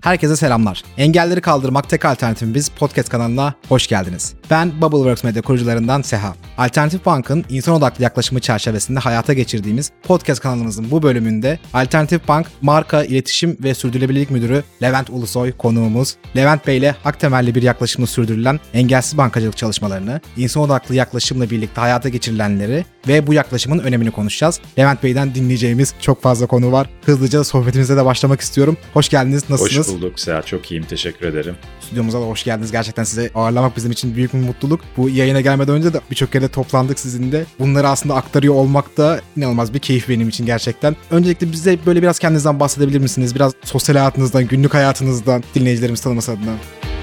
Herkese selamlar. Engelleri kaldırmak tek alternatifimiz podcast kanalına hoş geldiniz. Ben Bubbleworks Medya kurucularından Seha. Alternatif Bank'ın insan odaklı yaklaşımı çerçevesinde hayata geçirdiğimiz podcast kanalımızın bu bölümünde Alternatif Bank Marka, İletişim ve Sürdürülebilirlik Müdürü Levent Ulusoy konuğumuz. Levent Bey ile hak temelli bir yaklaşımla sürdürülen engelsiz bankacılık çalışmalarını, insan odaklı yaklaşımla birlikte hayata geçirilenleri ve bu yaklaşımın önemini konuşacağız. Levent Bey'den dinleyeceğimiz çok fazla konu var. Hızlıca sohbetimize de başlamak istiyorum. Hoş geldiniz. Nasılsınız? Hoş bulduk Seha. Çok iyiyim. Teşekkür ederim. Stüdyomuza da hoş geldiniz. Gerçekten sizi ağırlamak bizim için büyük bir mutluluk. Bu yayına gelmeden önce de birçok kere toplandık sizinle. Bunları aslında aktarıyor olmak da inanılmaz bir keyif benim için gerçekten. Öncelikle bize böyle biraz kendinizden bahsedebilir misiniz? Biraz sosyal hayatınızdan, günlük hayatınızdan dinleyicilerimiz tanıması adına.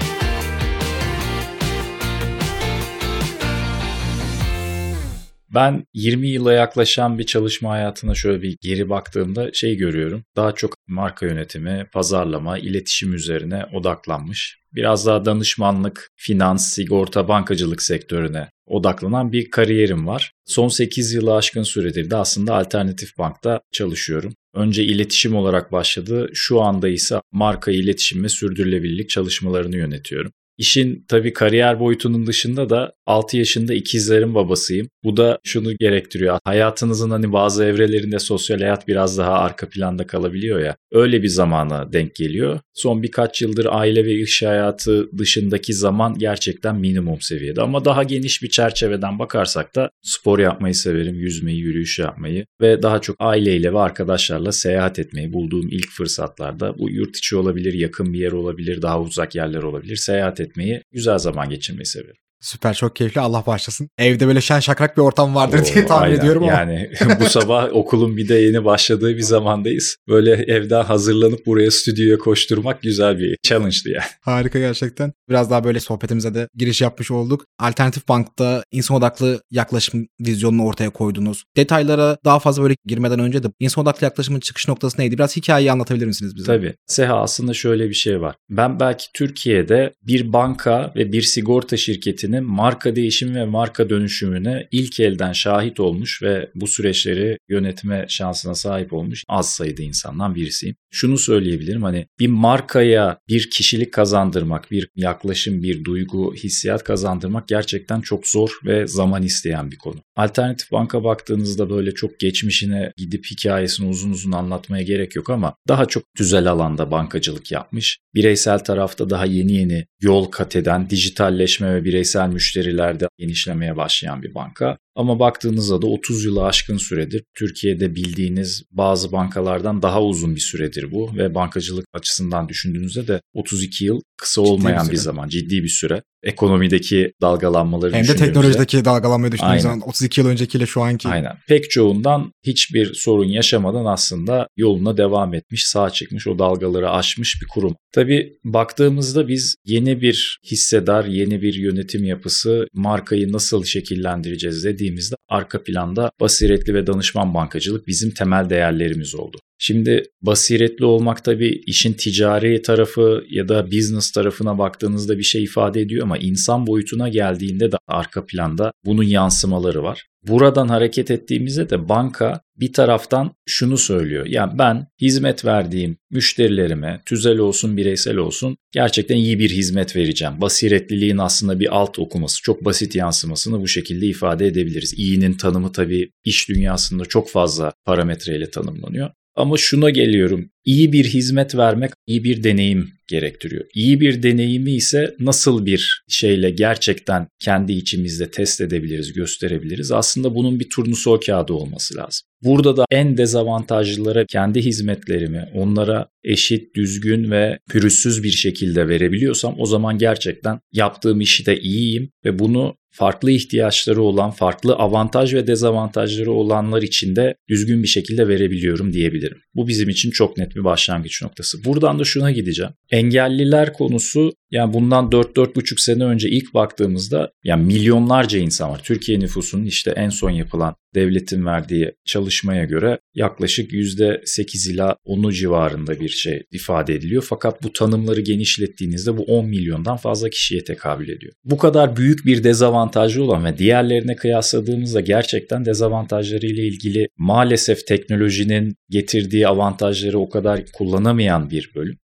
Ben 20 yıla yaklaşan bir çalışma hayatına şöyle bir geri baktığımda görüyorum. Daha çok marka yönetimi, pazarlama, iletişim üzerine odaklanmış. Biraz daha danışmanlık, finans, sigorta, bankacılık sektörüne odaklanan bir kariyerim var. Son 8 yılı aşkın süredir de aslında Alternatif Bank'ta çalışıyorum. Önce iletişim olarak başladı. Şu anda ise marka, iletişim ve sürdürülebilirlik çalışmalarını yönetiyorum. İşin tabii kariyer boyutunun dışında da 6 yaşında ikizlerin babasıyım. Bu da şunu gerektiriyor. Hayatınızın bazı evrelerinde sosyal hayat biraz daha arka planda kalabiliyor ya. Öyle bir zamana denk geliyor. Son birkaç yıldır aile ve iş hayatı dışındaki zaman gerçekten minimum seviyede. Ama daha geniş bir çerçeveden bakarsak da spor yapmayı severim. Yüzmeyi, yürüyüş yapmayı ve daha çok aileyle ve arkadaşlarla seyahat etmeyi bulduğum ilk fırsatlarda, bu yurt içi olabilir, yakın bir yer olabilir, daha uzak yerler olabilir, seyahat etmeyi, güzel zaman geçirmeyi severim. Süper, çok keyifli, Allah başlasın. Evde böyle şen şakrak bir ortam vardır diye tahmin ediyorum ama. Yani bu sabah okulun bir de yeni başladığı bir zamandayız. Böyle evden hazırlanıp buraya stüdyoya koşturmak güzel bir challenge'dı yani. Harika gerçekten. Biraz daha böyle sohbetimize de giriş yapmış olduk. Alternatif Bank'ta insan odaklı yaklaşım vizyonunu ortaya koydunuz. Detaylara daha fazla böyle girmeden önce de insan odaklı yaklaşımın çıkış noktası neydi? Biraz hikayeyi anlatabilir misiniz bize? Tabii. Seha, aslında şöyle bir şey var. Ben belki Türkiye'de bir banka ve bir sigorta şirketinin marka değişimi ve marka dönüşümüne ilk elden şahit olmuş ve bu süreçleri yönetme şansına sahip olmuş az sayıda insandan birisiyim. Şunu söyleyebilirim, bir markaya bir kişilik kazandırmak, bir yaklaşım, bir duygu, hissiyat kazandırmak gerçekten çok zor ve zaman isteyen bir konu. Alternatif Bank'a baktığınızda böyle çok geçmişine gidip hikayesini uzun uzun anlatmaya gerek yok ama daha çok tüzel alanda bankacılık yapmış. Bireysel tarafta daha yeni yol kat eden, dijitalleşme ve bireysel müşterilerde genişlemeye başlayan bir banka. Ama baktığınızda da 30 yılı aşkın süredir Türkiye'de bildiğiniz bazı bankalardan daha uzun bir süredir bu ve bankacılık açısından düşündüğünüzde de 32 yıl kısa olmayan bir zaman, ciddi bir süre. Ekonomideki dalgalanmaları hem de teknolojideki dalgalanmayı düşündüğünüz zaman 32 yıl öncekiyle şu anki. Aynen. Pek çoğundan hiçbir sorun yaşamadan aslında yoluna devam etmiş, sağa çıkmış, o dalgaları aşmış bir kurum. Tabii baktığımızda biz yeni bir hissedar, yeni bir yönetim yapısı, markayı nasıl şekillendireceğiz dediğimizde arka planda basiretli ve danışman bankacılık bizim temel değerlerimiz oldu. Şimdi basiretli olmak tabii işin ticari tarafı ya da business tarafına baktığınızda bir şey ifade ediyor ama insan boyutuna geldiğinde de arka planda bunun yansımaları var. Buradan hareket ettiğimizde de banka bir taraftan şunu söylüyor. Yani ben hizmet verdiğim müşterilerime, tüzel olsun, bireysel olsun, gerçekten iyi bir hizmet vereceğim. Basiretliliğin aslında bir alt okuması, çok basit yansımasını bu şekilde ifade edebiliriz. İyinin tanımı tabii iş dünyasında çok fazla parametreyle tanımlanıyor. Ama şuna geliyorum, iyi bir hizmet vermek iyi bir deneyim gerektiriyor. İyi bir deneyimi ise nasıl bir şeyle gerçekten kendi içimizde test edebiliriz, gösterebiliriz? Aslında bunun bir turnusol kağıdı olması lazım. Burada da en dezavantajlılara kendi hizmetlerimi onlara eşit, düzgün ve pürüzsüz bir şekilde verebiliyorsam o zaman gerçekten yaptığım işi de iyiyim ve bunu farklı ihtiyaçları olan, farklı avantaj ve dezavantajları olanlar için de düzgün bir şekilde verebiliyorum diyebilirim. Bu bizim için çok net bir başlangıç noktası. Buradan da şuna gideceğim. Engelliler konusu, yani bundan 4-4,5 sene önce ilk baktığımızda milyonlarca insan var. Türkiye nüfusunun en son yapılan devletin verdiği çalışmaya göre yaklaşık %8 ila 10'u civarında bir şey ifade ediliyor. Fakat bu tanımları genişlettiğinizde bu 10 milyondan fazla kişiye tekabül ediyor. Bu kadar büyük bir dezavantajı olan ve diğerlerine kıyasladığımızda gerçekten dezavantajları ile ilgili maalesef teknolojinin getirdiği avantajları o kadar kullanamayan bir bölüm.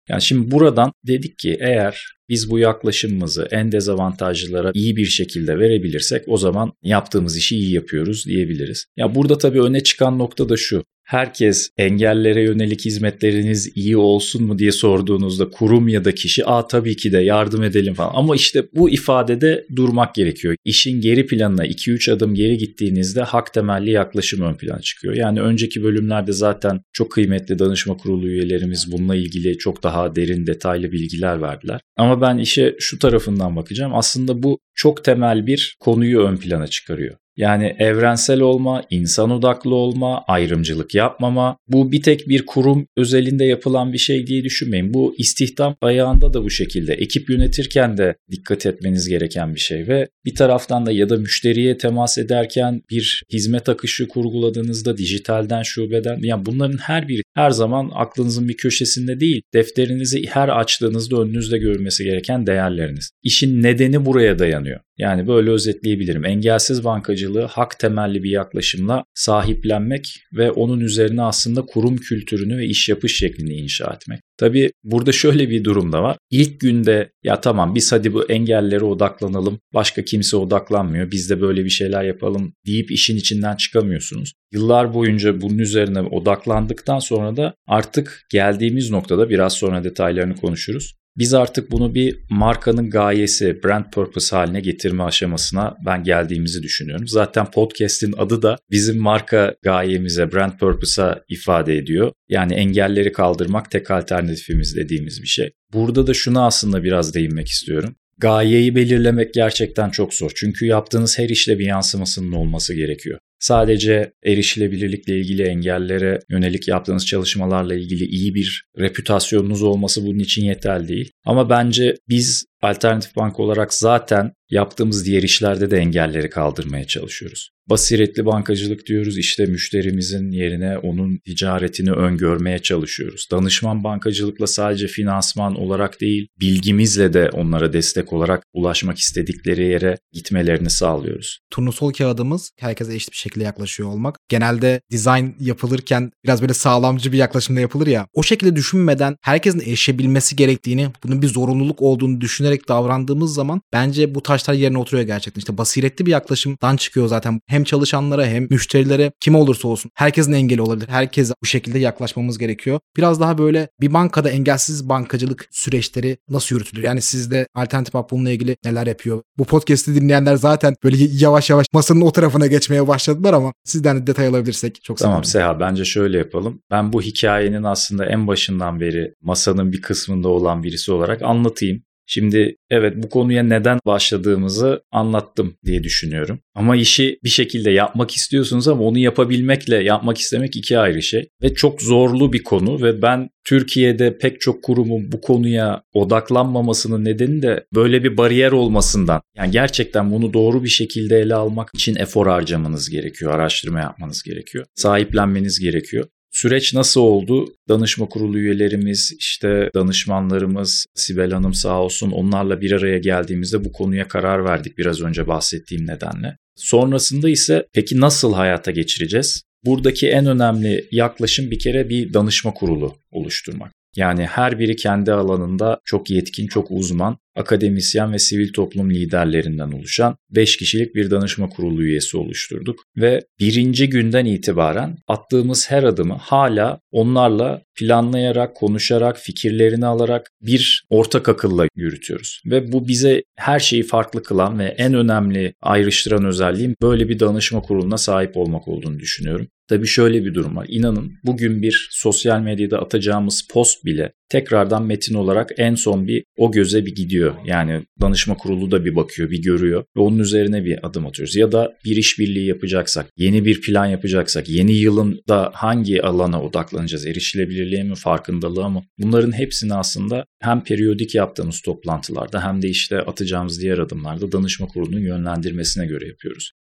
Yani şimdi buradan dedik ki eğer biz bu yaklaşımımızı en dezavantajlılara iyi bir şekilde verebilirsek o zaman yaptığımız işi iyi yapıyoruz diyebiliriz. Ya burada tabii öne çıkan nokta da şu. Herkes engellere yönelik hizmetleriniz iyi olsun mu diye sorduğunuzda kurum ya da kişi tabii ki de yardım edelim falan. Ama işte bu ifadede durmak gerekiyor. İşin geri planına 2-3 adım geri gittiğinizde hak temelli yaklaşım ön plana çıkıyor. Yani önceki bölümlerde zaten çok kıymetli danışma kurulu üyelerimiz bununla ilgili çok daha derin detaylı bilgiler verdiler. Ama ben işe şu tarafından bakacağım. Aslında bu çok temel bir konuyu ön plana çıkarıyor. Yani evrensel olma, insan odaklı olma, ayrımcılık yapmama. Bu bir tek bir kurum özelinde yapılan bir şey diye düşünmeyin. Bu istihdam ayağında da bu şekilde. Ekip yönetirken de dikkat etmeniz gereken bir şey ve bir taraftan da ya da müşteriye temas ederken bir hizmet akışı kurguladığınızda dijitalden, şubeden yani bunların her biri her zaman aklınızın bir köşesinde değil. Defterinizi her açtığınızda önünüzde görmesi gereken değerleriniz. İşin nedeni buraya dayanıyor. Yani böyle özetleyebilirim. Engelsiz bankacılığı hak temelli bir yaklaşımla sahiplenmek ve onun üzerine aslında kurum kültürünü ve iş yapış şeklini inşa etmek. Tabii burada şöyle bir durum da var. İlk günde ya tamam biz hadi bu engellere odaklanalım. Başka kimse odaklanmıyor. Biz de böyle bir şeyler yapalım deyip işin içinden çıkamıyorsunuz. Yıllar boyunca bunun üzerine odaklandıktan sonra da artık geldiğimiz noktada biraz sonra detaylarını konuşuruz. Biz artık bunu bir markanın gayesi, brand purpose haline getirme aşamasına ben geldiğimizi düşünüyorum. Zaten podcast'in adı da bizim marka gayemize, brand purpose'a ifade ediyor. Yani engelleri kaldırmak tek alternatifimiz dediğimiz bir şey. Burada da şuna aslında biraz değinmek istiyorum. Gayeyi belirlemek gerçekten çok zor. Çünkü yaptığınız her işte bir yansımasının olması gerekiyor. Sadece erişilebilirlikle ilgili engellere yönelik yaptığınız çalışmalarla ilgili iyi bir reputasyonunuz olması bunun için yeterli değil. Ama bence biz Alternatif Bank olarak zaten yaptığımız diğer işlerde de engelleri kaldırmaya çalışıyoruz. Basiretli bankacılık diyoruz, işte müşterimizin yerine onun ticaretini öngörmeye çalışıyoruz. Danışman bankacılıkla sadece finansman olarak değil, bilgimizle de onlara destek olarak ulaşmak istedikleri yere gitmelerini sağlıyoruz. Turnusol kağıdımız herkese eşit bir şekilde yaklaşıyor olmak. Genelde dizayn yapılırken biraz böyle sağlamcı bir yaklaşımda yapılır ya. O şekilde düşünmeden herkesin erişebilmesi gerektiğini, bunun bir zorunluluk olduğunu düşünerek davrandığımız zaman bence bu taşlar yerine oturuyor gerçekten. İşte basiretli bir yaklaşımdan çıkıyor zaten. Hem çalışanlara hem müşterilere kim olursa olsun. Herkesin engeli olabilir. Herkese bu şekilde yaklaşmamız gerekiyor. Biraz daha böyle bir bankada engelsiz bankacılık süreçleri nasıl yürütülür? Yani sizde Alternatif Bank bununla ilgili neler yapıyor? Bu podcast'i dinleyenler zaten böyle yavaş yavaş masanın o tarafına geçmeye başladılar ama sizden de detay alabilirsek çok sevinirim. Tamam Seha, bence şöyle yapalım. Ben bu hikayenin aslında en başından beri masanın bir kısmında olan birisi olarak anlatayım. Şimdi evet, bu konuya neden başladığımızı anlattım diye düşünüyorum. Ama işi bir şekilde yapmak istiyorsunuz ama onu yapabilmekle yapmak istemek iki ayrı şey. Ve çok zorlu bir konu ve ben Türkiye'de pek çok kurumun bu konuya odaklanmamasının nedeni de böyle bir bariyer olmasından. Yani gerçekten bunu doğru bir şekilde ele almak için efor harcamanız gerekiyor, araştırma yapmanız gerekiyor, sahiplenmeniz gerekiyor. Süreç nasıl oldu? Danışma kurulu üyelerimiz, işte danışmanlarımız, Sibel Hanım sağ olsun, onlarla bir araya geldiğimizde bu konuya karar verdik biraz önce bahsettiğim nedenle. Sonrasında ise peki nasıl hayata geçireceğiz? Buradaki en önemli yaklaşım bir kere bir danışma kurulu oluşturmak. Yani her biri kendi alanında çok yetkin, çok uzman, akademisyen ve sivil toplum liderlerinden oluşan 5 kişilik bir danışma kurulu üyesi oluşturduk. Ve birinci günden itibaren attığımız her adımı hala onlarla planlayarak, konuşarak, fikirlerini alarak bir ortak akılla yürütüyoruz. Ve bu bize her şeyi farklı kılan ve en önemli ayrıştıran özelliğin böyle bir danışma kuruluna sahip olmak olduğunu düşünüyorum. Tabii şöyle bir durum var. İnanın bugün bir sosyal medyada atacağımız post bile tekrardan metin olarak en son bir o göze bir gidiyor. Yani danışma kurulu da bir bakıyor, bir görüyor ve onun üzerine bir adım atıyoruz. Ya da bir işbirliği yapacaksak, yeni bir plan yapacaksak, yeni yılında hangi alana odaklanacağız? Erişilebilirliğe mi, farkındalığa mı? Bunların hepsini aslında hem periyodik yaptığımız toplantılarda hem de işte atacağımız diğer adımlarda danışma kurulunun yönlendirmesine göre yapıyoruz.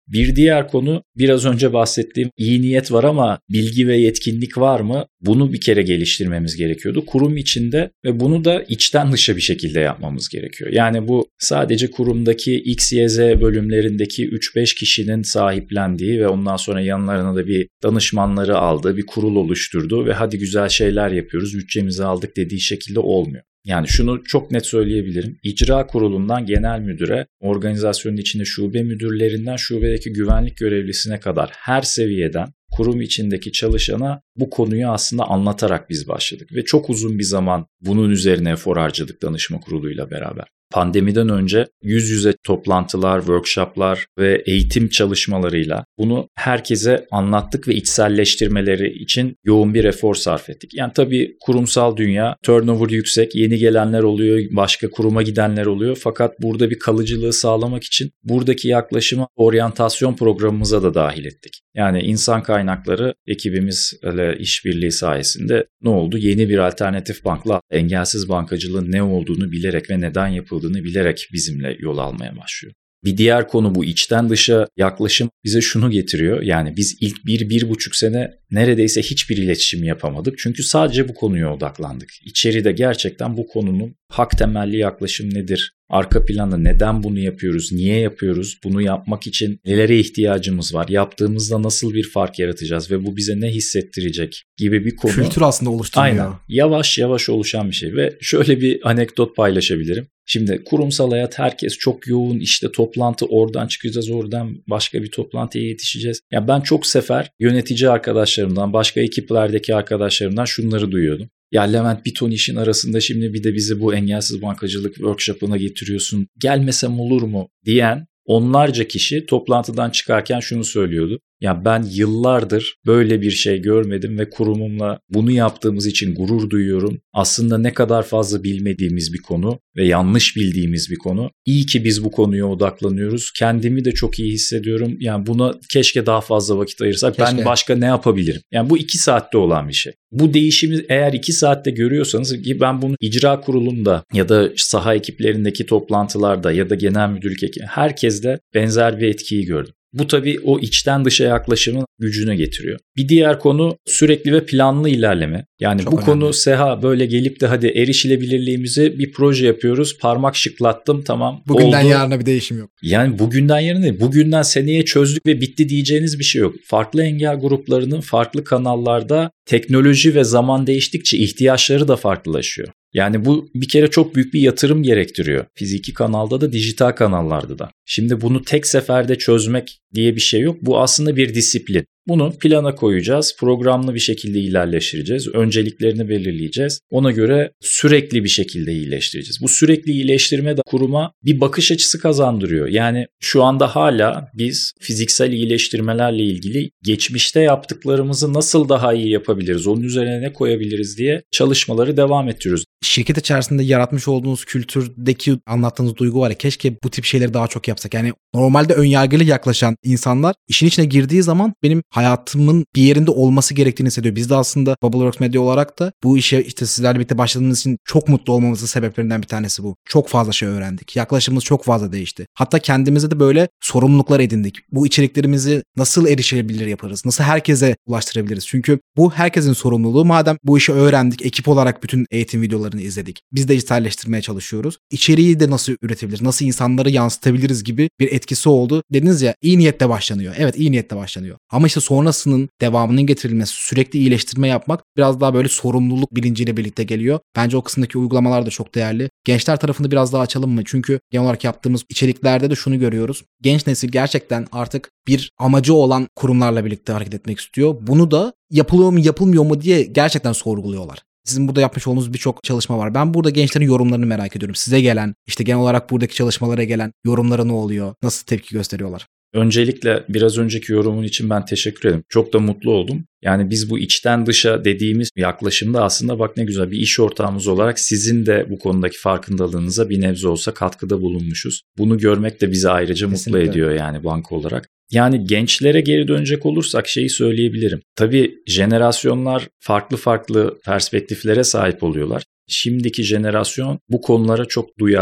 Bir diğer konu, biraz önce bahsettiğim iyi niyet var ama bilgi ve yetkinlik var mı? Bunu bir kere geliştirmemiz gerekiyordu. Kurum içinde ve bunu da içten dışa bir şekilde yapmamız gerekiyor. Yani bu sadece kurumdaki X, Y, Z bölümlerindeki 3-5 kişinin sahiplendiği ve ondan sonra yanlarına da bir danışmanları aldığı bir kurul oluşturduğu ve hadi güzel şeyler yapıyoruz, bütçemizi aldık dediği şekilde olmuyor. Yani şunu çok net söyleyebilirim. İcra kurulundan genel müdüre, organizasyonun içinde şube müdürlerinden şubedeki güvenlik görevlisine kadar her seviyeden kurum içindeki çalışana bu konuyu aslında anlatarak biz başladık. Ve çok uzun bir zaman bunun üzerine efor harcadık danışma kuruluyla beraber. Pandemiden önce yüz yüze toplantılar, workshoplar ve eğitim çalışmalarıyla bunu herkese anlattık ve içselleştirmeleri için yoğun bir efor sarf ettik. Yani tabii kurumsal dünya, turnover yüksek, yeni gelenler oluyor, başka kuruma gidenler oluyor. Fakat burada bir kalıcılığı sağlamak için buradaki yaklaşımı oryantasyon programımıza da dahil ettik. Yani insan kaynakları ekibimizle işbirliği sayesinde ne oldu? Yeni bir alternatif bankla engelsiz bankacılığın ne olduğunu bilerek ve neden yapıldığını bilerek bizimle yol almaya başlıyor. Bir diğer konu bu içten dışa yaklaşım bize şunu getiriyor. Yani biz ilk 1-1,5 sene neredeyse hiçbir iletişim yapamadık. Çünkü sadece bu konuya odaklandık. İçeride gerçekten bu konunun hak temelli yaklaşım nedir? Arka planda neden bunu yapıyoruz? Niye yapıyoruz? Bunu yapmak için nelere ihtiyacımız var? Yaptığımızda nasıl bir fark yaratacağız ve bu bize ne hissettirecek gibi bir konu. Kültür aslında oluşturuyor. Aynen. Yavaş yavaş oluşan bir şey ve şöyle bir anekdot paylaşabilirim. Şimdi kurumsal hayat, herkes çok yoğun, işte toplantı, oradan çıkacağız, oradan başka bir toplantıya yetişeceğiz. Ya ben çok sefer yönetici arkadaşlarımdan, başka ekiplerdeki arkadaşlarımdan şunları duyuyordum. Ya Levent, bir ton işin arasında şimdi bir de bizi bu engelsiz bankacılık workshop'ına getiriyorsun. Gelmesem olur mu diyen onlarca kişi toplantıdan çıkarken şunu söylüyordu. Ya ben yıllardır böyle bir şey görmedim ve kurumumla bunu yaptığımız için gurur duyuyorum. Aslında ne kadar fazla bilmediğimiz bir konu ve yanlış bildiğimiz bir konu. İyi ki biz bu konuya odaklanıyoruz. Kendimi de çok iyi hissediyorum. Yani buna keşke daha fazla vakit ayırsak. Keşke. Ben başka ne yapabilirim? Yani bu 2 saatte olan bir şey. Bu değişimi eğer 2 saatte görüyorsanız, ki ben bunu icra kurulunda ya da saha ekiplerindeki toplantılarda ya da genel müdürlük ekibi, herkeste benzer bir etkiyi gördüm. Bu tabii o içten dışa yaklaşımın gücüne getiriyor. Bir diğer konu sürekli ve planlı ilerleme. Yani çok bu önemli. Konu SEHA böyle gelip de hadi erişilebilirliğimizi bir proje yapıyoruz. Parmak şıklattım, tamam. Bugünden oldu. Yarına bir değişim yok. Yani bugünden yarına değil. Bugünden seneye çözdük ve bitti diyeceğiniz bir şey yok. Farklı engel gruplarının farklı kanallarda teknoloji ve zaman değiştikçe ihtiyaçları da farklılaşıyor. Yani bu bir kere çok büyük bir yatırım gerektiriyor. Fiziki kanalda da dijital kanallarda da. Şimdi bunu tek seferde çözmek diye bir şey yok. Bu aslında bir disiplin. Bunu plana koyacağız, programlı bir şekilde ilerleştireceğiz, önceliklerini belirleyeceğiz. Ona göre sürekli bir şekilde iyileştireceğiz. Bu sürekli iyileştirme de kuruma bir bakış açısı kazandırıyor. Yani şu anda hala biz fiziksel iyileştirmelerle ilgili geçmişte yaptıklarımızı nasıl daha iyi yapabiliriz, onun üzerine ne koyabiliriz diye çalışmaları devam ettiriyoruz. Şirket içerisinde yaratmış olduğunuz kültürdeki anlattığınız duygu var ya, keşke bu tip şeyleri daha çok yapsak. Yani normalde önyargılı yaklaşan insanlar işin içine girdiği zaman benim hayatımın bir yerinde olması gerektiğini hissediyor. Biz de aslında Bubbleworks Medya olarak da bu işe işte sizlerle birlikte başladığımız için çok mutlu olmamızın sebeplerinden bir tanesi bu. Çok fazla şey öğrendik. Yaklaşımımız çok fazla değişti. Hatta kendimize de böyle sorumluluklar edindik. Bu içeriklerimizi nasıl erişilebilir yaparız? Nasıl herkese ulaştırabiliriz? Çünkü bu herkesin sorumluluğu. Madem bu işi öğrendik, ekip olarak bütün eğitim videolarını izledik. Biz de dijitalleştirmeye çalışıyoruz. İçeriği de nasıl üretebiliriz? Nasıl insanlara yansıtabiliriz gibi bir etkisi oldu. Dediniz ya, iyi niyetle başlanıyor. Evet, iyi niyetle başlanıyor. Ama işte sonrasının devamının getirilmesi, sürekli iyileştirme yapmak biraz daha böyle sorumluluk bilinciyle birlikte geliyor. Bence o kısımdaki uygulamalar da çok değerli. Gençler tarafını biraz daha açalım mı? Çünkü genel olarak yaptığımız içeriklerde de şunu görüyoruz. Genç nesil gerçekten artık bir amacı olan kurumlarla birlikte hareket etmek istiyor. Bunu da yapılıyor mu yapılmıyor mu diye gerçekten sorguluyorlar. Sizin burada yapmış olduğunuz birçok çalışma var. Ben burada gençlerin yorumlarını merak ediyorum. Size gelen, işte genel olarak buradaki çalışmalara gelen yorumlara ne oluyor? Nasıl tepki gösteriyorlar? Öncelikle biraz önceki yorumun için ben teşekkür ederim. Çok da mutlu oldum. Yani biz bu içten dışa dediğimiz yaklaşımda aslında bak ne güzel bir iş ortağımız olarak sizin de bu konudaki farkındalığınıza bir nebze olsa katkıda bulunmuşuz. Bunu görmek de bizi ayrıca kesinlikle mutlu ediyor yani banka olarak. Yani gençlere geri dönecek olursak şeyi söyleyebilirim. Tabii jenerasyonlar farklı perspektiflere sahip oluyorlar. Şimdiki jenerasyon bu konulara çok duyarlı.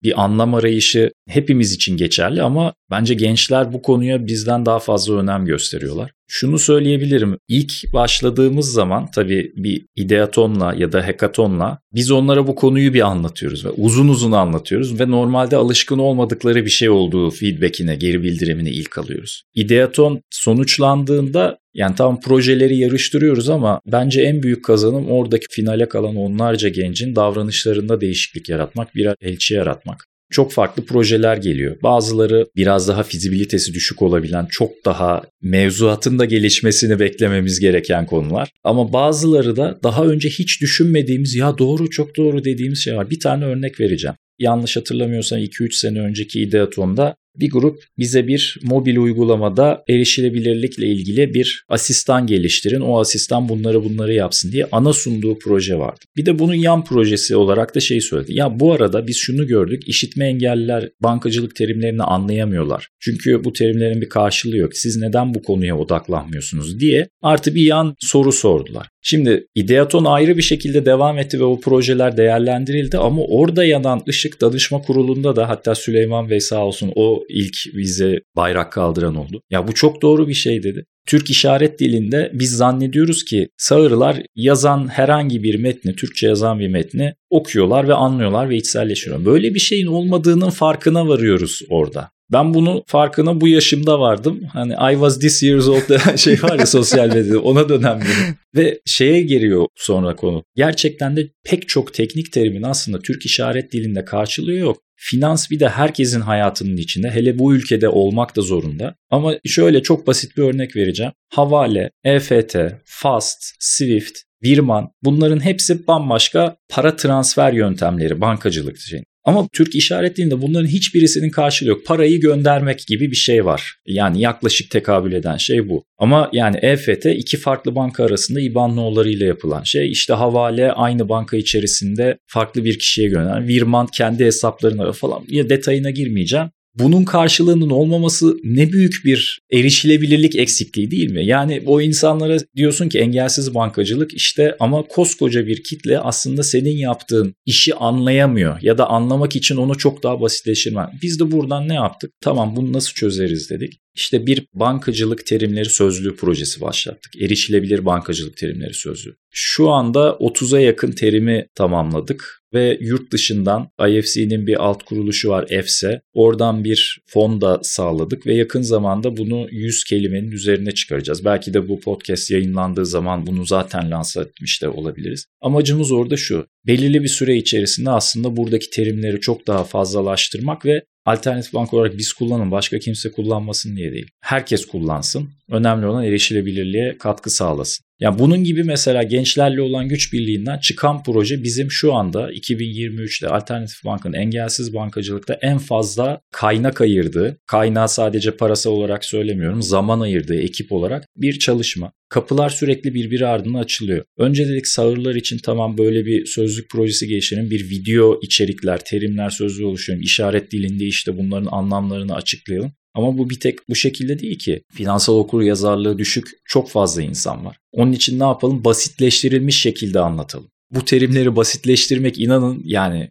bir anlam arayışı hepimiz için geçerli ama bence gençler bu konuya bizden daha fazla önem gösteriyorlar. Şunu söyleyebilirim. İlk başladığımız zaman tabii bir ideatonla ya da hackathonla biz onlara bu konuyu bir anlatıyoruz ve uzun uzun anlatıyoruz ve normalde alışkın olmadıkları bir şey olduğu feedback'ine, geri bildirimini ilk alıyoruz. Ideaton sonuçlandığında yani tam projeleri yarıştırıyoruz ama bence en büyük kazanım oradaki finale kalan onlarca gencin davranışlarında değişiklik yaratmak, bir elçi yaratmak. Çok farklı projeler geliyor. Bazıları biraz daha fizibilitesi düşük olabilen, çok daha mevzuatın da gelişmesini beklememiz gereken konular. Ama bazıları da daha önce hiç düşünmediğimiz, ya doğru, çok doğru dediğimiz şey var. Bir tane örnek vereceğim. Yanlış hatırlamıyorsam 2-3 sene önceki İdeaton'da bir grup bize bir mobil uygulamada erişilebilirlikle ilgili bir asistan geliştirin. O asistan bunları yapsın diye ana sunduğu proje vardı. Bir de bunun yan projesi olarak da şey söyledi. Ya bu arada biz şunu gördük. İşitme engelliler bankacılık terimlerini anlayamıyorlar. Çünkü bu terimlerin bir karşılığı yok. Siz neden bu konuya odaklanmıyorsunuz diye artı bir yan soru sordular. Şimdi İdeaton ayrı bir şekilde devam etti ve o projeler değerlendirildi ama orada yanan ışık danışma kurulunda da, hatta Süleyman Bey sağ olsun o ilk bize bayrak kaldıran oldu. Ya bu çok doğru bir şey dedi. Türk işaret dilinde biz zannediyoruz ki sağırlar yazan herhangi bir metni, Türkçe yazan bir metni okuyorlar ve anlıyorlar ve içselleştiriyorlar. Böyle bir şeyin olmadığının farkına varıyoruz orada. Ben bunun farkına bu yaşımda vardım. Hani I was this years old denen şey var ya sosyal medyada, ona dönem benim. Ve şeye geliyor sonra konu. Gerçekten de pek çok teknik terimin aslında Türk işaret dilinde karşılığı yok. Finans bir de herkesin hayatının içinde, hele bu ülkede olmak da zorunda. Ama şöyle çok basit bir örnek vereceğim. Havale, EFT, FAST, SWIFT, Virman, bunların hepsi bambaşka para transfer yöntemleri bankacılık için. Ama Türk işaret dilinde bunların hiçbirisinin karşılığı yok. Parayı göndermek gibi bir şey var. Yani yaklaşık tekabül eden şey bu. Ama yani EFT iki farklı banka arasında IBAN no'larıyla yapılan şey. İşte havale aynı banka içerisinde farklı bir kişiye gönderen. Virman kendi hesaplarına falan. Ya detayına girmeyeceğim. Bunun karşılığının olmaması ne büyük bir erişilebilirlik eksikliği değil mi? Yani o insanlara diyorsun ki engelsiz bankacılık işte, ama koskoca bir kitle aslında senin yaptığın işi anlayamıyor ya da anlamak için onu çok daha basitleştirmen. Biz de buradan ne yaptık? Tamam, bunu nasıl çözeriz dedik. İşte bir bankacılık terimleri sözlüğü projesi başlattık. Erişilebilir bankacılık terimleri sözlüğü. Şu anda 30'a yakın terimi tamamladık ve yurt dışından IFC'nin bir alt kuruluşu var, EFSE. Oradan bir fon da sağladık ve yakın zamanda bunu 100 kelimenin üzerine çıkaracağız. Belki de bu podcast yayınlandığı zaman bunu zaten lanse etmiş de olabiliriz. Amacımız orada şu: belirli bir süre içerisinde aslında buradaki terimleri çok daha fazlalaştırmak ve alternatif bank olarak biz kullanın, başka kimse kullanmasın diye değil. Herkes kullansın. Önemli olan erişilebilirliğe katkı sağlasın. Yani bunun gibi mesela gençlerle olan güç birliğinden çıkan proje bizim şu anda 2023'te Alternatif Bank'ın engelsiz bankacılıkta en fazla kaynak ayırdığı, kaynağı sadece parasal olarak söylemiyorum, zaman ayırdığı ekip olarak bir çalışma. Kapılar sürekli birbiri ardına açılıyor. Önce dedik sağırlar için tamam böyle bir sözlük projesi geliştirelim, bir video içerikler, terimler sözlüğü oluşturalım, işaret dilinde işte bunların anlamlarını açıklayalım. Ama bu bir tek bu şekilde değil ki. Finansal okuryazarlığı düşük çok fazla insan var. Onun için ne yapalım? Basitleştirilmiş şekilde anlatalım. Bu terimleri basitleştirmek, inanın yani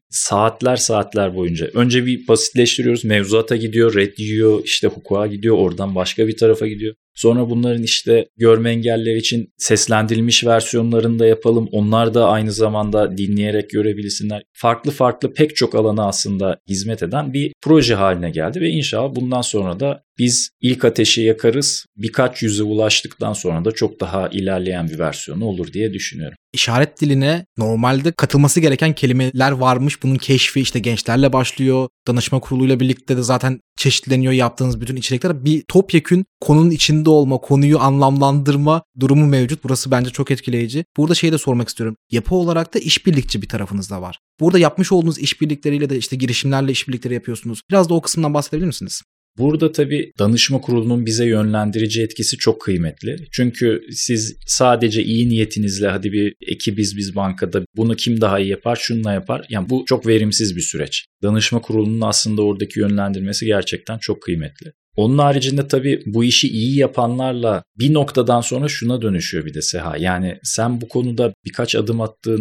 saatler boyunca. Önce bir basitleştiriyoruz. Mevzuata gidiyor, red yiyor, işte hukuka gidiyor, oradan başka bir tarafa gidiyor. Sonra bunların işte görme engelliler için seslendirilmiş versiyonlarını da yapalım. Onlar da aynı zamanda dinleyerek görebilsinler. Farklı pek çok alana aslında hizmet eden bir proje haline geldi ve inşallah bundan sonra da biz ilk ateşi yakarız. Birkaç yüze ulaştıktan sonra da çok daha ilerleyen bir versiyonu olur diye düşünüyorum. İşaret diline normalde katılması gereken kelimeler varmış. Bunun keşfi işte gençlerle başlıyor. Danışma kuruluyla birlikte de zaten çeşitleniyor yaptığınız bütün içerikler. Bir topyekün konunun içinde olma, konuyu anlamlandırma durumu mevcut. Burası bence çok etkileyici. Burada şeyi de sormak istiyorum. Yapı olarak da işbirlikçi bir tarafınız da var. Burada yapmış olduğunuz işbirlikleriyle de işte girişimlerle işbirlikleri yapıyorsunuz. Biraz da o kısımdan bahsedebilir misiniz? Burada tabii danışma kurulunun bize yönlendirici etkisi çok kıymetli. Çünkü siz sadece iyi niyetinizle hadi bir ekibiz biz bankada, bunu kim daha iyi yapar, şununla yapar. Yani bu çok verimsiz bir süreç. Danışma kurulunun aslında oradaki yönlendirmesi gerçekten çok kıymetli. Onun haricinde tabii bu işi iyi yapanlarla bir noktadan sonra şuna dönüşüyor bir de Seha. Yani sen bu konuda birkaç adım attığında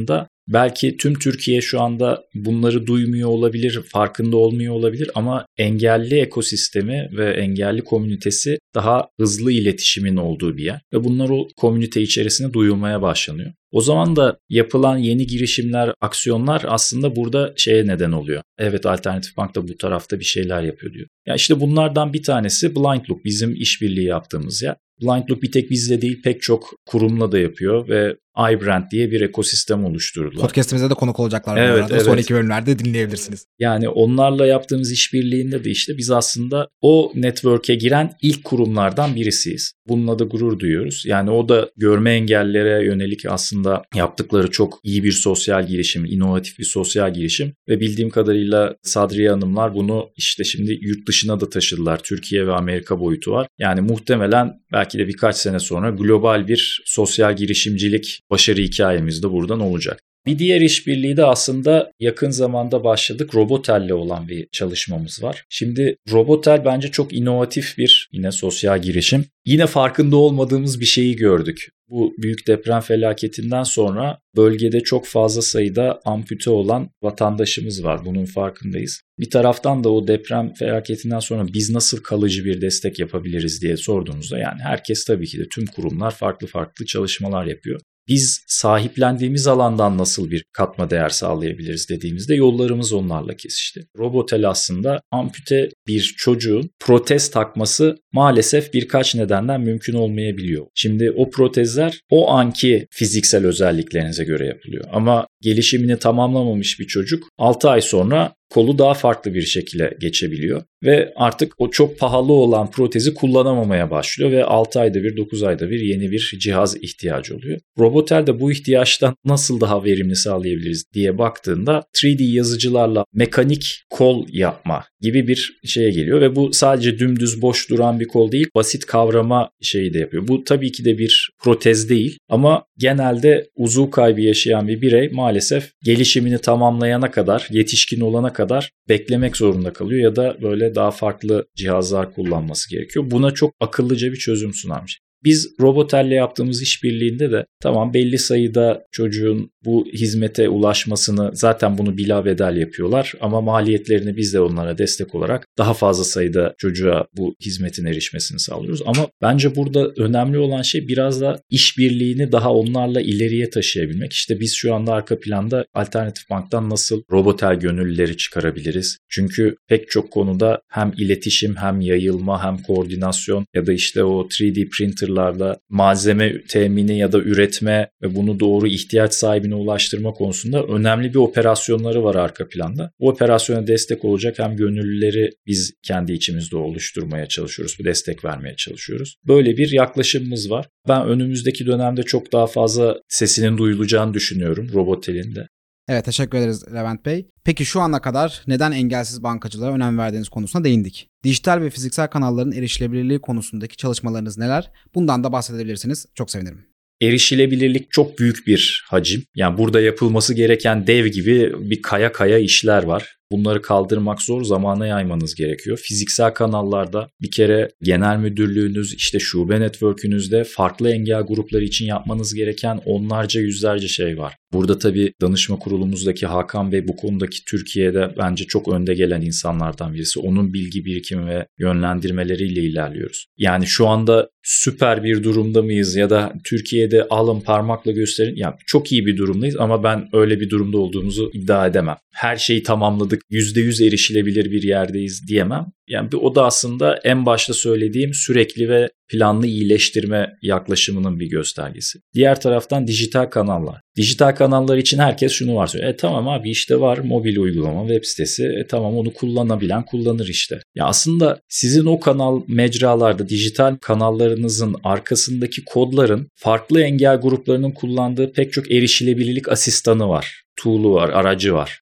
Belki tüm Türkiye şu anda bunları duymuyor olabilir, farkında olmuyor olabilir ama engelli ekosistemi ve engelli komünitesi daha hızlı iletişimin olduğu bir yer ve bunlar o komünite içerisinde duyulmaya başlanıyor. O zaman da yapılan yeni girişimler, aksiyonlar aslında burada şeye neden oluyor. Evet, Alternatif Bank da bu tarafta bir şeyler yapıyor diyor. Ya işte bunlardan bir tanesi Blind Look, bizim işbirliği yaptığımız yer. Blind Look bir tek bizle değil pek çok kurumla da yapıyor ve iBrand diye bir ekosistem oluşturdular. Podcast'imize de konuk olacaklar bu arada. Evet. Sonraki bölümlerde dinleyebilirsiniz. Yani onlarla yaptığımız işbirliğinde de işte biz aslında o network'e giren ilk kurumlardan birisiyiz. Bununla da gurur duyuyoruz. Yani o da görme engellilere yönelik aslında yaptıkları çok iyi bir sosyal girişim, inovatif bir sosyal girişim ve bildiğim kadarıyla Sadriye Hanımlar bunu işte şimdi yurt dışına da taşıdılar. Türkiye ve Amerika boyutu var. Yani muhtemelen belki de birkaç sene sonra global bir sosyal girişimcilik başarı hikayemiz de buradan olacak. Bir diğer işbirliği de aslında yakın zamanda başladık. Robotel'le olan bir çalışmamız var. Şimdi Robotel bence çok inovatif bir yine sosyal girişim. Yine farkında olmadığımız bir şeyi gördük. Bu büyük deprem felaketinden sonra bölgede çok fazla sayıda ampute olan vatandaşımız var. Bunun farkındayız. Bir taraftan da o deprem felaketinden sonra biz nasıl kalıcı bir destek yapabiliriz diye sorduğumuzda yani herkes tabii ki de tüm kurumlar farklı çalışmalar yapıyor. Biz sahiplendiğimiz alandan nasıl bir katma değer sağlayabiliriz dediğimizde yollarımız onlarla kesişti. Robotel aslında ampute bir çocuğun protez takması maalesef birkaç nedenden mümkün olmayabiliyor. Şimdi o protezler o anki fiziksel özelliklerinize göre yapılıyor. Ama gelişimini tamamlamamış bir çocuk 6 ay sonra kolu daha farklı bir şekilde geçebiliyor ve artık o çok pahalı olan protezi kullanamamaya başlıyor ve 6 ayda bir 9 ayda bir yeni bir cihaz ihtiyacı oluyor. Robotel de bu ihtiyaçtan nasıl daha verimli sağlayabiliriz diye baktığında 3D yazıcılarla mekanik kol yapma gibi bir şeye geliyor ve bu sadece dümdüz boş duran bir kol değil, basit kavrama şeyi de yapıyor. Bu tabii ki de bir protez değil ama genelde uzuv kaybı yaşayan bir birey maalesef gelişimini tamamlayana kadar, yetişkin olana kadar beklemek zorunda kalıyor ya da böyle daha farklı cihazlar kullanması gerekiyor. Buna çok akıllıca bir çözüm sunarmış. Biz Robotel'le yaptığımız işbirliğinde de tamam belli sayıda çocuğun bu hizmete ulaşmasını zaten bunu bilabedel yapıyorlar ama maliyetlerini biz de onlara destek olarak daha fazla sayıda çocuğa bu hizmetin erişmesini sağlıyoruz. Ama bence burada önemli olan şey biraz da işbirliğini daha onlarla ileriye taşıyabilmek. İşte biz şu anda arka planda Alternatif Bank'tan nasıl Robotel gönüllüleri çıkarabiliriz? Çünkü pek çok konuda hem iletişim hem yayılma hem koordinasyon ya da işte o 3D printerlarda malzeme temini ya da üretme ve bunu doğru ihtiyaç sahibine ulaştırma konusunda önemli bir operasyonları var arka planda. Bu operasyona destek olacak hem gönüllüleri biz kendi içimizde oluşturmaya çalışıyoruz, bir destek vermeye çalışıyoruz. Böyle bir yaklaşımımız var. Ben önümüzdeki dönemde çok daha fazla sesinin duyulacağını düşünüyorum Robotel'in de. Evet, teşekkür ederiz Levent Bey. Peki şu ana kadar neden engelsiz bankacılara önem verdiğiniz konusuna değindik. Dijital ve fiziksel kanalların erişilebilirliği konusundaki çalışmalarınız neler? Bundan da bahsedebilirsiniz. Çok sevinirim. Erişilebilirlik çok büyük bir hacim. Yani burada yapılması gereken dev gibi bir kaya işler var. Bunları kaldırmak zor, zamana yaymanız gerekiyor. Fiziksel kanallarda bir kere genel müdürlüğünüz, işte şube network'ünüzde farklı engel grupları için yapmanız gereken onlarca yüzlerce şey var. Burada tabii danışma kurulumuzdaki Hakan Bey bu konudaki Türkiye'de bence çok önde gelen insanlardan birisi. Onun bilgi birikimi ve yönlendirmeleriyle ilerliyoruz. Yani şu anda süper bir durumda mıyız ya da Türkiye'de alın parmakla gösterin. Yani çok iyi bir durumdayız ama ben öyle bir durumda olduğumuzu iddia edemem. Her şeyi tamamladık, %100 erişilebilir bir yerdeyiz diyemem. Yani o da aslında en başta söylediğim sürekli ve planlı iyileştirme yaklaşımının bir göstergesi. Diğer taraftan dijital kanallar. Dijital kanallar için herkes şunu var söylüyor. Tamam abi işte var mobil uygulama, web sitesi. Tamam onu kullanabilen kullanır işte. Ya aslında sizin o kanal mecralarda dijital kanallarınızın arkasındaki kodların farklı engel gruplarının kullandığı pek çok erişilebilirlik asistanı var. Tool'u var, aracı var.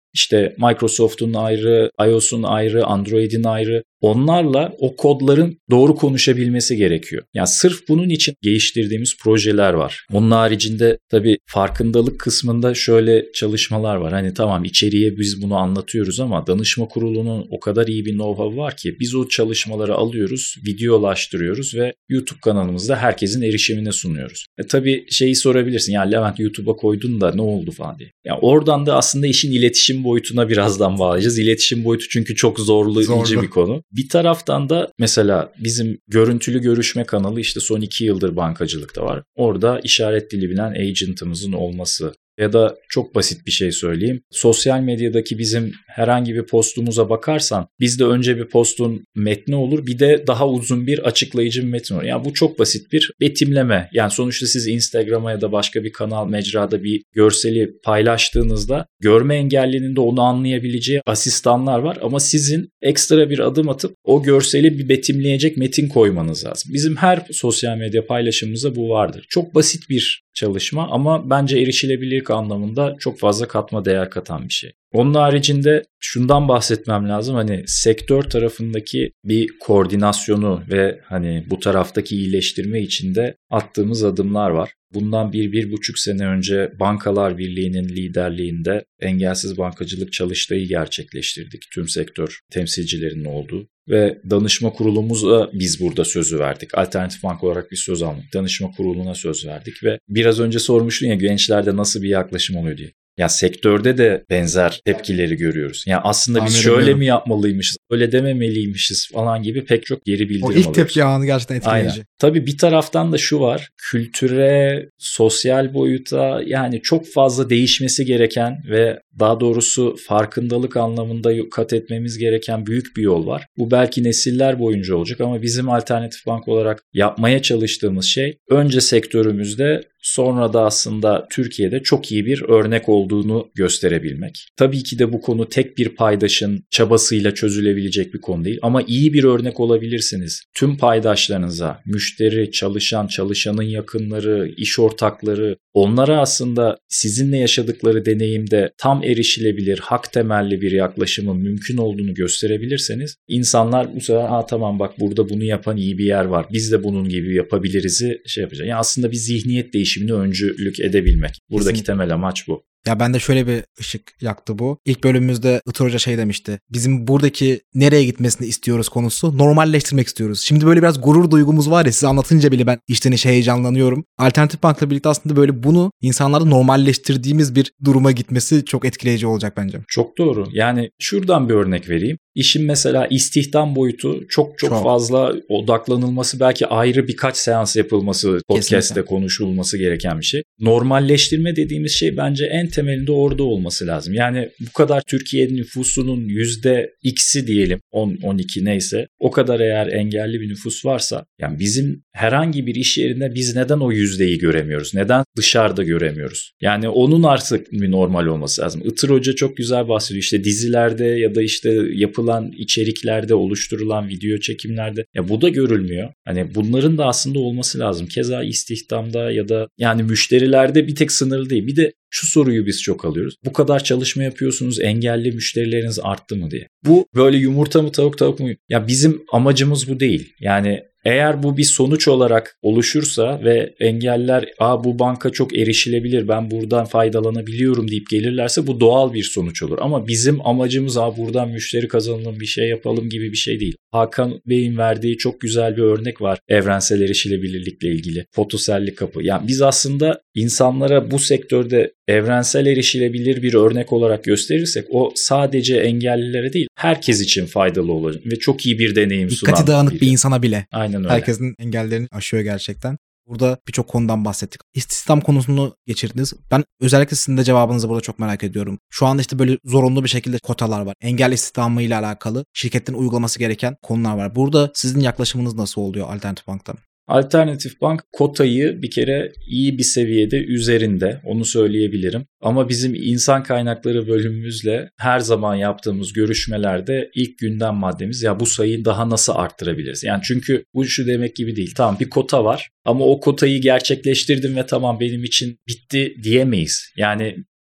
işte Microsoft'un ayrı, iOS'un ayrı, Android'in ayrı. Onlarla o kodların doğru konuşabilmesi gerekiyor. Yani sırf bunun için geliştirdiğimiz projeler var. Onun haricinde tabii farkındalık kısmında şöyle çalışmalar var. Hani tamam içeriye biz bunu anlatıyoruz ama danışma kurulunun o kadar iyi bir know-how var ki biz o çalışmaları alıyoruz, videolaştırıyoruz ve YouTube kanalımızda herkesin erişimine sunuyoruz. Tabii şeyi sorabilirsin. Ya Levent YouTube'a koydun da ne oldu falan diye. Yani oradan da aslında işin iletişim boyutuna birazdan bağlayacağız. İletişim boyutu çünkü çok zorlayıcı bir konu. Bir taraftan da mesela bizim görüntülü görüşme kanalı işte son 2 yıldır bankacılıkta var. Orada işaret dili bilen agent'ımızın olması ya da çok basit bir şey söyleyeyim. Sosyal medyadaki bizim herhangi bir postumuza bakarsan bizde önce bir postun metni olur bir de daha uzun bir açıklayıcı bir metin olur. Yani bu çok basit bir betimleme. Yani sonuçta siz Instagram'a ya da başka bir kanal mecrada bir görseli paylaştığınızda görme engellinin de onu anlayabileceği asistanlar var ama sizin ekstra bir adım atıp o görseli bir betimleyecek metin koymanız lazım. Bizim her sosyal medya paylaşımımızda bu vardır. Çok basit bir çalışma ama bence erişilebilirlik anlamında çok fazla katma değer katan bir şey. Onun haricinde şundan bahsetmem lazım. Hani sektör tarafındaki bir koordinasyonu ve hani bu taraftaki iyileştirme için de attığımız adımlar var. Bundan 1-1,5 sene önce Bankalar Birliği'nin liderliğinde engelsiz bankacılık çalıştayı gerçekleştirdik. Tüm sektör temsilcilerinin olduğu. Ve danışma kurulumuza biz burada sözü verdik. Alternatif bank olarak bir söz aldık. Danışma kuruluna söz verdik ve biraz önce sormuştun ya gençlerde nasıl bir yaklaşım oluyor diye. Ya sektörde de benzer tepkileri görüyoruz. Yani aslında biz şöyle mi yapmalıymışız, öyle dememeliymişiz falan gibi pek çok geri bildirim alıyoruz. O ilk tepki anı gerçekten etkileyici. Aynen. Tabii bir taraftan da şu var. Kültüre, sosyal boyuta yani çok fazla değişmesi gereken ve daha doğrusu farkındalık anlamında kat etmemiz gereken büyük bir yol var. Bu belki nesiller boyunca olacak ama bizim alternatif bank olarak yapmaya çalıştığımız şey önce sektörümüzde sonra da aslında Türkiye'de çok iyi bir örnek olduğunu gösterebilmek. Tabii ki de bu konu tek bir paydaşın çabasıyla çözülebilecek bir konu değil ama iyi bir örnek olabilirsiniz. Tüm paydaşlarınıza, müşteri, çalışan, çalışanın yakınları, iş ortakları, onlara aslında sizinle yaşadıkları deneyimde tam erişilebilir, hak temelli bir yaklaşımın mümkün olduğunu gösterebilirseniz insanlar bu sefer tamam bak burada bunu yapan iyi bir yer var. Biz de bunun gibi yapabiliriz'i yapacak. Yani aslında bir zihniyet değişimine öncülük edebilmek. Buradaki Kesinlikle. temel amaç bu. Ya bende şöyle bir ışık yaktı bu. İlk bölümümüzde Itır Hoca şey demişti. Bizim buradaki nereye gitmesini istiyoruz konusu normalleştirmek istiyoruz. Şimdi böyle biraz gurur duygumuz var ya size anlatınca bile ben içten içe heyecanlanıyorum. Alternatif Bank'la birlikte aslında böyle bunu insanlarda normalleştirdiğimiz bir duruma gitmesi çok etkileyici olacak bence. Çok doğru. Yani şuradan bir örnek vereyim. İşin mesela istihdam boyutu çok fazla odaklanılması belki ayrı birkaç seans yapılması podcast'te konuşulması gereken bir şey. Normalleştirme dediğimiz şey bence en temelinde orada olması lazım. Yani bu kadar Türkiye nüfusunun %X'i diyelim 10-12 neyse o kadar eğer engelli bir nüfus varsa yani bizim herhangi bir iş yerinde biz neden o yüzdeyi göremiyoruz? Neden dışarıda göremiyoruz? Yani onun artık bir normal olması lazım. Itır Hoca çok güzel bahsediyor. İşte dizilerde ya da işte yapılan içeriklerde, oluşturulan video çekimlerde ya bu da görülmüyor. Hani bunların da aslında olması lazım. Keza istihdamda ya da yani müşterilerde bir tek sınırlı değil. Bir de şu soruyu biz çok alıyoruz. Bu kadar çalışma yapıyorsunuz, engelli müşterileriniz arttı mı diye. Bu böyle yumurta mı tavuk mu? Ya bizim amacımız bu değil. Yani eğer bu bir sonuç olarak oluşursa ve engelliler bu banka çok erişilebilir ben buradan faydalanabiliyorum deyip gelirlerse bu doğal bir sonuç olur. Ama bizim amacımız buradan müşteri kazanalım bir şey yapalım gibi bir şey değil. Hakan Bey'in verdiği çok güzel bir örnek var evrensel erişilebilirlikle ilgili. Fotoselli kapı. Yani biz aslında insanlara bu sektörde evrensel erişilebilir bir örnek olarak gösterirsek o sadece engellilere değil herkes için faydalı olacak ve çok iyi bir deneyim sunan. Dikkati dağınık bir insana bile. Aynen öyle. Herkesin engellerini aşıyor gerçekten. Burada birçok konudan bahsettik. İstihdam konusunu geçirdiniz. Ben özellikle sizin de cevabınızı burada çok merak ediyorum. Şu anda işte böyle zorunlu bir şekilde kotalar var. Engel istihdamı ile alakalı şirketlerin uygulaması gereken konular var. Burada sizin yaklaşımınız nasıl oluyor Alternatif Bank'tan? Alternatif Bank kotayı bir kere iyi bir seviyede üzerinde onu söyleyebilirim. Ama bizim insan kaynakları bölümümüzle her zaman yaptığımız görüşmelerde ilk gündem maddemiz ya bu sayıyı daha nasıl arttırabiliriz? Yani çünkü bu şu demek gibi değil. Tamam bir kota var ama o kotayı gerçekleştirdim ve tamam benim için bitti diyemeyiz. Yani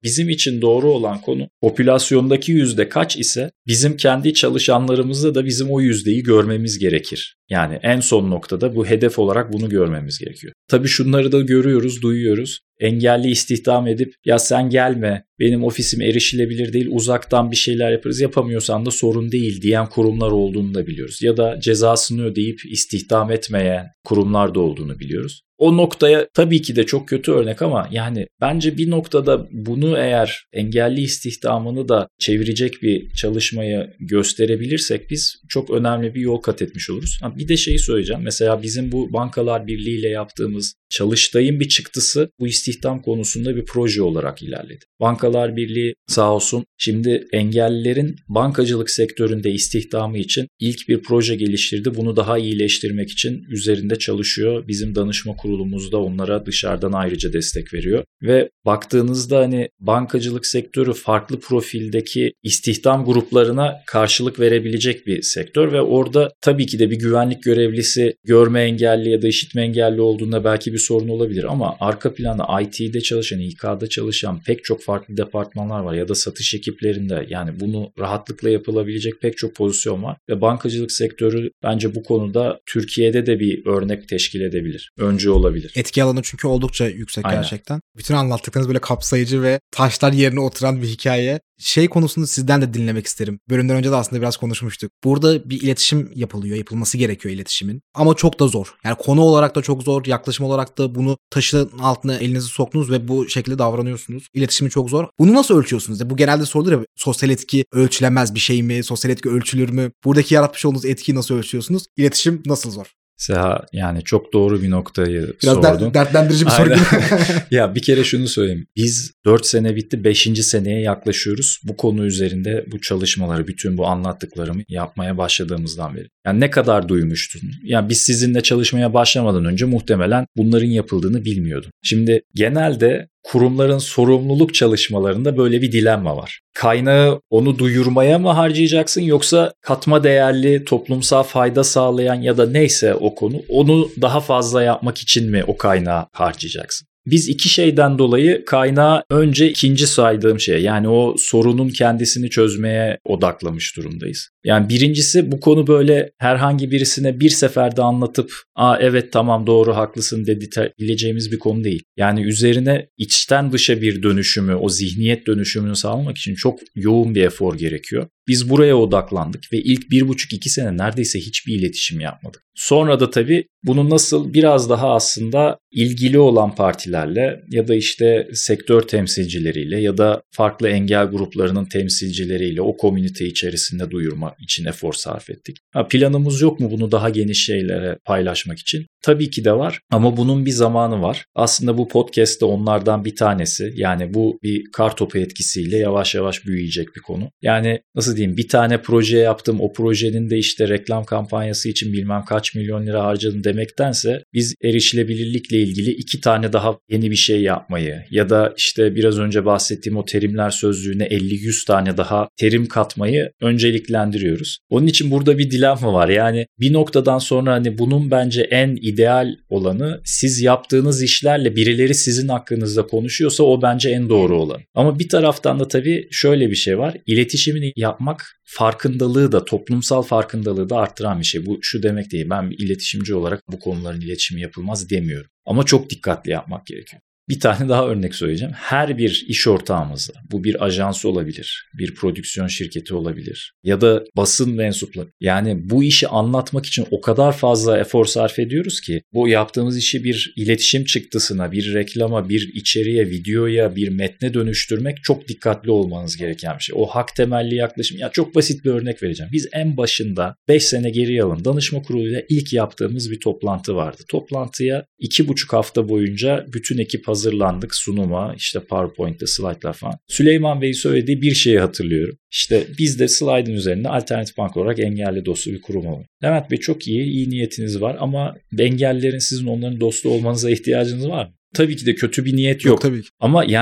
bizim için doğru olan konu popülasyondaki yüzde kaç ise bizim kendi çalışanlarımızda da bizim o yüzdeyi görmemiz gerekir. Yani en son noktada bu hedef olarak bunu görmemiz gerekiyor. Tabii şunları da görüyoruz, duyuyoruz. Engelli istihdam edip ya sen gelme, benim ofisim erişilebilir değil, uzaktan bir şeyler yaparız, yapamıyorsan da sorun değil diyen kurumlar olduğunu da biliyoruz. Ya da cezasını ödeyip istihdam etmeyen kurumlar da olduğunu biliyoruz. O noktaya tabii ki de çok kötü örnek ama yani bence bir noktada bunu eğer engelli istihdamını da çevirecek bir çalışmaya gösterebilirsek biz çok önemli bir yol kat etmiş oluruz. Bir de şeyi söyleyeceğim. Mesela bizim bu Bankalar Birliği ile yaptığımız Çalıştay'ın bir çıktısı bu istihdam konusunda bir proje olarak ilerledi. Bankalar Birliği sağ olsun şimdi engellilerin bankacılık sektöründe istihdamı için ilk bir proje geliştirdi. Bunu daha iyileştirmek için üzerinde çalışıyor. Bizim danışma kurulumuz da onlara dışarıdan ayrıca destek veriyor. Ve baktığınızda hani bankacılık sektörü farklı profildeki istihdam gruplarına karşılık verebilecek bir sektör ve orada tabii ki de bir güvenlik görevlisi görme engelli ya da işitme engelli olduğunda belki bir sorun olabilir ama arka planda IT'de çalışan, İK'da çalışan pek çok farklı departmanlar var ya da satış ekiplerinde, yani bunu rahatlıkla yapılabilecek pek çok pozisyon var ve bankacılık sektörü bence bu konuda Türkiye'de de bir örnek teşkil edebilir. Öncü olabilir. Etki alanı çünkü oldukça yüksek. Aynen. Gerçekten. Bütün anlattıklarınız böyle kapsayıcı ve taşlar yerine oturan bir hikaye. Şey konusunu sizden de dinlemek isterim. Bölümden önce de aslında biraz konuşmuştuk. Burada bir iletişim yapılıyor. Yapılması gerekiyor iletişimin. Ama çok da zor. Yani konu olarak da çok zor. Yaklaşım olarak da bunu taşın altına elinizi soktunuz ve bu şekilde davranıyorsunuz. İletişimi çok zor. Bunu nasıl ölçüyorsunuz? Bu genelde sorulur ya, sosyal etki ölçülemez bir şey mi? Sosyal etki ölçülür mü? Buradaki yaratmış olduğunuz etkiyi nasıl ölçüyorsunuz? İletişim nasıl zor? Seha, yani çok doğru bir noktayı biraz sordun. Biraz dertlendirici bir soru. Ya bir kere şunu söyleyeyim. Biz 4 sene bitti, 5. seneye yaklaşıyoruz. Bu konu üzerinde bu çalışmaları, bütün bu anlattıklarımı yapmaya başladığımızdan beri. Yani ne kadar duymuştun? Yani biz sizinle çalışmaya başlamadan önce muhtemelen bunların yapıldığını bilmiyordun. Şimdi genelde kurumların sorumluluk çalışmalarında böyle bir dilemma var. Kaynağı onu duyurmaya mı harcayacaksın yoksa katma değerli, toplumsal fayda sağlayan ya da neyse o konu, onu daha fazla yapmak için mi o kaynağı harcayacaksın? Biz iki şeyden dolayı kaynağı önce ikinci saydığım şeye, yani o sorunun kendisini çözmeye odaklamış durumdayız. Yani birincisi, bu konu böyle herhangi birisine bir seferde anlatıp evet tamam doğru haklısın dedirtebileceğimiz bir konu değil. Yani üzerine içten dışa bir dönüşümü, o zihniyet dönüşümünü sağlamak için çok yoğun bir efor gerekiyor. Biz buraya odaklandık ve ilk 1,5-2 sene neredeyse hiçbir iletişim yapmadık. Sonra da tabii bunu nasıl biraz daha aslında ilgili olan partilerle ya da işte sektör temsilcileriyle ya da farklı engel gruplarının temsilcileriyle o komünite içerisinde duyurma için efor sarf ettik. Planımız yok mu bunu daha geniş şeylere paylaşmak için? Tabii ki de var ama bunun bir zamanı var. Aslında bu podcast de onlardan bir tanesi. Yani bu bir kartopu etkisiyle yavaş yavaş büyüyecek bir konu. Yani nasıl diyeyim, bir tane proje yaptım, o projenin de işte reklam kampanyası için bilmem kaç milyon lira harcadım demektense biz erişilebilirlikle ilgili 2 tane daha yeni bir şey yapmayı ya da işte biraz önce bahsettiğim o terimler sözlüğüne 50-100 tane daha terim katmayı önceliklendiriyoruz. Onun için burada bir dilemma var. Yani bir noktadan sonra hani bunun bence en ideal olanı, siz yaptığınız işlerle birileri sizin hakkınızda konuşuyorsa o bence en doğru olan. Ama bir taraftan da tabii şöyle bir şey var. İletişimini yapmak farkındalığı da, toplumsal farkındalığı da arttıran bir şey. Bu şu demek değil. Ben bir iletişimci olarak bu konuların iletişimi yapılmaz demiyorum. Ama çok dikkatli yapmak gerekiyor. Bir tane daha örnek söyleyeceğim. Her bir iş ortağımızla, bu bir ajans olabilir, bir prodüksiyon şirketi olabilir ya da basın mensupları. Yani bu işi anlatmak için o kadar fazla efor sarf ediyoruz ki bu yaptığımız işi bir iletişim çıktısına, bir reklama, bir içeriğe, videoya, bir metne dönüştürmek çok dikkatli olmanız gereken bir şey. O hak temelli yaklaşım. Ya çok basit bir örnek vereceğim. Biz en başında 5 sene geriye alın, danışma kuruluyla ilk yaptığımız bir toplantı vardı. Toplantıya 2,5 hafta boyunca bütün ekip hazırlandık sunuma, işte PowerPoint'te slaytlar falan. Süleyman Bey'in söylediği bir şeyi hatırlıyorum. İşte biz de slaytın üzerinde alternatif bank olarak engelli dostu bir kurum olalım. Levent Bey, çok iyi niyetiniz var ama engellilerin sizin onların dostu olmanıza ihtiyacınız var mı? Tabii ki de kötü bir niyet yok. Tabii ki. Ama yani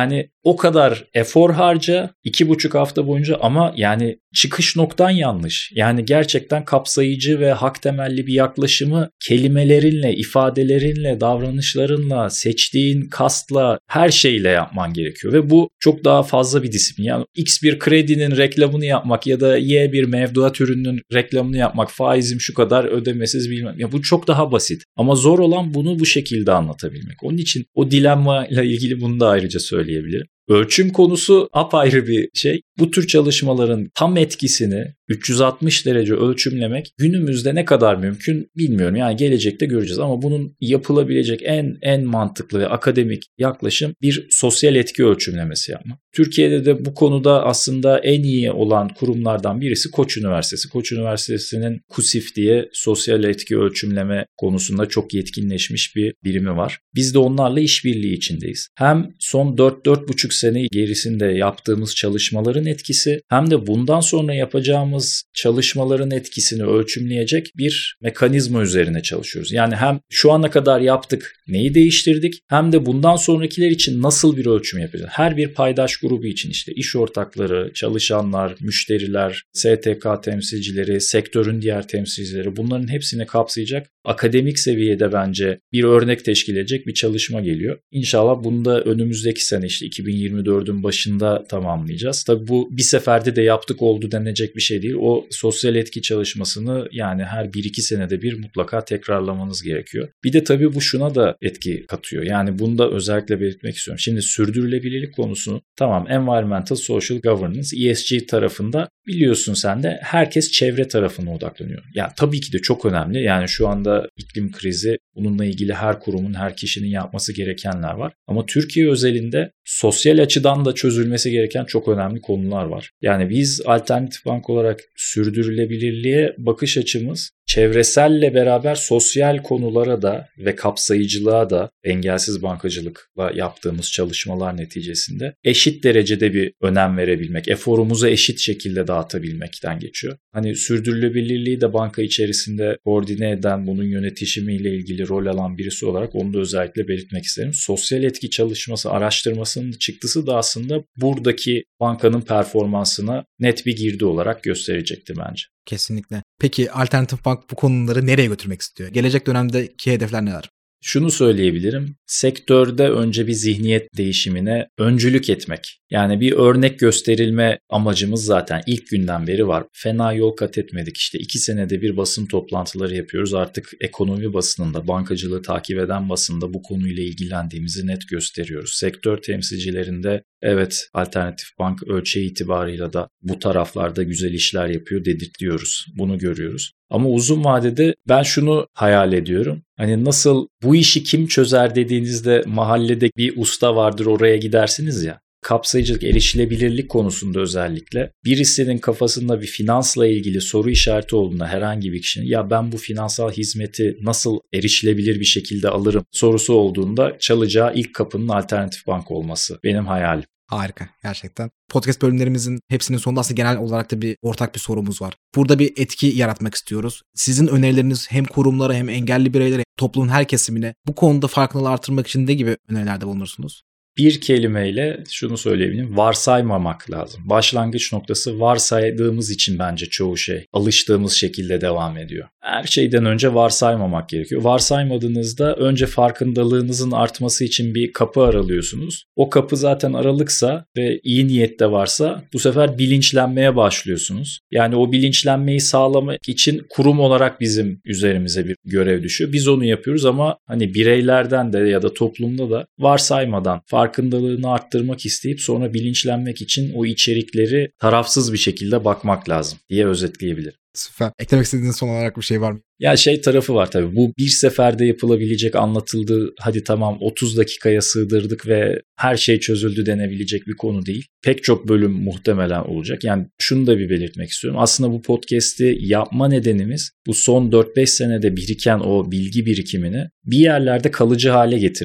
o kadar efor harca 2,5 hafta boyunca ama yani çıkış noktan yanlış. Yani gerçekten kapsayıcı ve hak temelli bir yaklaşımı kelimelerinle, ifadelerinle, davranışlarınla, seçtiğin kastla, her şeyle yapman gerekiyor. Ve bu çok daha fazla bir disiplin. Yani X bir kredinin reklamını yapmak ya da Y bir mevduat ürününün reklamını yapmak, faizim şu kadar, ödemesiz bilmem. Ya bu çok daha basit. Ama zor olan bunu bu şekilde anlatabilmek. Onun için o dilemma ile ilgili bunu da ayrıca söyleyebilirim. Ölçüm konusu apayrı bir şey. Bu tür çalışmaların tam etkisini 360 derece ölçümlemek günümüzde ne kadar mümkün bilmiyorum. Yani gelecekte göreceğiz ama bunun yapılabilecek en mantıklı ve akademik yaklaşım bir sosyal etki ölçümlemesi yapmak. Türkiye'de de bu konuda aslında en iyi olan kurumlardan birisi Koç Üniversitesi. Koç Üniversitesi'nin KUSİF diye sosyal etki ölçümleme konusunda çok yetkinleşmiş bir birimi var. Biz de onlarla işbirliği içindeyiz. Hem son 4-4,5 sene gerisinde yaptığımız çalışmaların etkisi hem de bundan sonra yapacağımız çalışmaların etkisini ölçümleyecek bir mekanizma üzerine çalışıyoruz. Yani hem şu ana kadar yaptık, neyi değiştirdik, hem de bundan sonrakiler için nasıl bir ölçüm yapacağız. Her bir paydaş grubu için işte iş ortakları, çalışanlar, müşteriler, STK temsilcileri, sektörün diğer temsilcileri, bunların hepsini kapsayacak akademik seviyede bence bir örnek teşkil edecek bir çalışma geliyor. İnşallah bunu da önümüzdeki sene işte 2024'ün başında tamamlayacağız. Tabii bu bir seferde de yaptık oldu denecek bir şey değil. O sosyal etki çalışmasını yani her 1-2 senede bir mutlaka tekrarlamanız gerekiyor. Bir de tabii bu şuna da etki katıyor. Yani bunu da özellikle belirtmek istiyorum. Şimdi sürdürülebilirlik konusunu tamam, Environmental Social Governance ESG tarafında biliyorsun sen de herkes çevre tarafına odaklanıyor. Ya tabii ki de çok önemli. Yani şu anda iklim krizi, bununla ilgili her kurumun, her kişinin yapması gerekenler var. Ama Türkiye özelinde sosyal açıdan da çözülmesi gereken çok önemli konular var. Yani biz alternatif bank olarak sürdürülebilirliğe bakış açımız çevreselle beraber sosyal konulara da ve kapsayıcılığa da engelsiz bankacılıkla yaptığımız çalışmalar neticesinde eşit derecede bir önem verebilmek, eforumuzu eşit şekilde dağıtabilmekten geçiyor. Hani sürdürülebilirliği de banka içerisinde koordine eden, bunun yönetişimiyle ilgili rol alan birisi olarak onu da özellikle belirtmek isterim. Sosyal etki çalışması, araştırmasının çıktısı da aslında buradaki bankanın performansına net bir girdi olarak gösterecekti bence. Kesinlikle. Peki Alternatif Bank bu konuları nereye götürmek istiyor? Gelecek dönemdeki hedefler neler? Şunu söyleyebilirim. Sektörde önce bir zihniyet değişimine öncülük etmek. Yani bir örnek gösterilme amacımız zaten ilk günden beri var. Fena yol kat etmedik. İşte 2 senede bir basın toplantıları yapıyoruz. Artık ekonomi basınında, bankacılığı takip eden basında bu konuyla ilgilendiğimizi net gösteriyoruz. Sektör temsilcilerinde evet, Alternatif Bank ölçeği itibarıyla da bu taraflarda güzel işler yapıyor dedirtiyoruz. Bunu görüyoruz. Ama uzun vadede ben şunu hayal ediyorum. Hani nasıl bu işi kim çözer dediğinizde mahallede bir usta vardır, oraya gidersiniz ya. Kapsayıcılık, erişilebilirlik konusunda özellikle birisinin kafasında bir finansla ilgili soru işareti olduğunda herhangi bir kişinin ya ben bu finansal hizmeti nasıl erişilebilir bir şekilde alırım sorusu olduğunda çalacağı ilk kapının Alternatif Bank olması benim hayalim. Harika gerçekten. Podcast bölümlerimizin hepsinin sonunda aslında genel olarak da ortak bir sorumuz var. Burada bir etki yaratmak istiyoruz. Sizin önerileriniz hem kurumlara hem engelli bireylere, toplumun her kesimine bu konuda farkındalığı artırmak için ne gibi önerilerde bulunursunuz? Bir kelimeyle şunu söyleyebilirim. Varsaymamak lazım. Başlangıç noktası varsaydığımız için bence çoğu şey alıştığımız şekilde devam ediyor. Her şeyden önce varsaymamak gerekiyor. Varsaymadığınızda önce farkındalığınızın artması için bir kapı aralıyorsunuz. O kapı zaten aralıksa ve iyi niyette varsa bu sefer bilinçlenmeye başlıyorsunuz. Yani o bilinçlenmeyi sağlamak için kurum olarak bizim üzerimize bir görev düşüyor. Biz onu yapıyoruz ama hani bireylerden de ya da toplumda da varsaymadan farkındalığını arttırmak isteyip sonra bilinçlenmek için o içerikleri tarafsız bir şekilde bakmak lazım diye özetleyebilirim. Süper. Eklemek istediğiniz son olarak bir şey var mı? Ya tarafı var tabii. Bu bir seferde yapılabilecek, anlatıldı, hadi tamam 30 dakikaya sığdırdık ve her şey çözüldü denebilecek bir konu değil. Pek çok bölüm muhtemelen olacak. Yani şunu da bir belirtmek istiyorum. Aslında bu podcast'i yapma nedenimiz bu son 4-5 senede biriken o bilgi birikimini bir yerlerde kalıcı hale getirmek.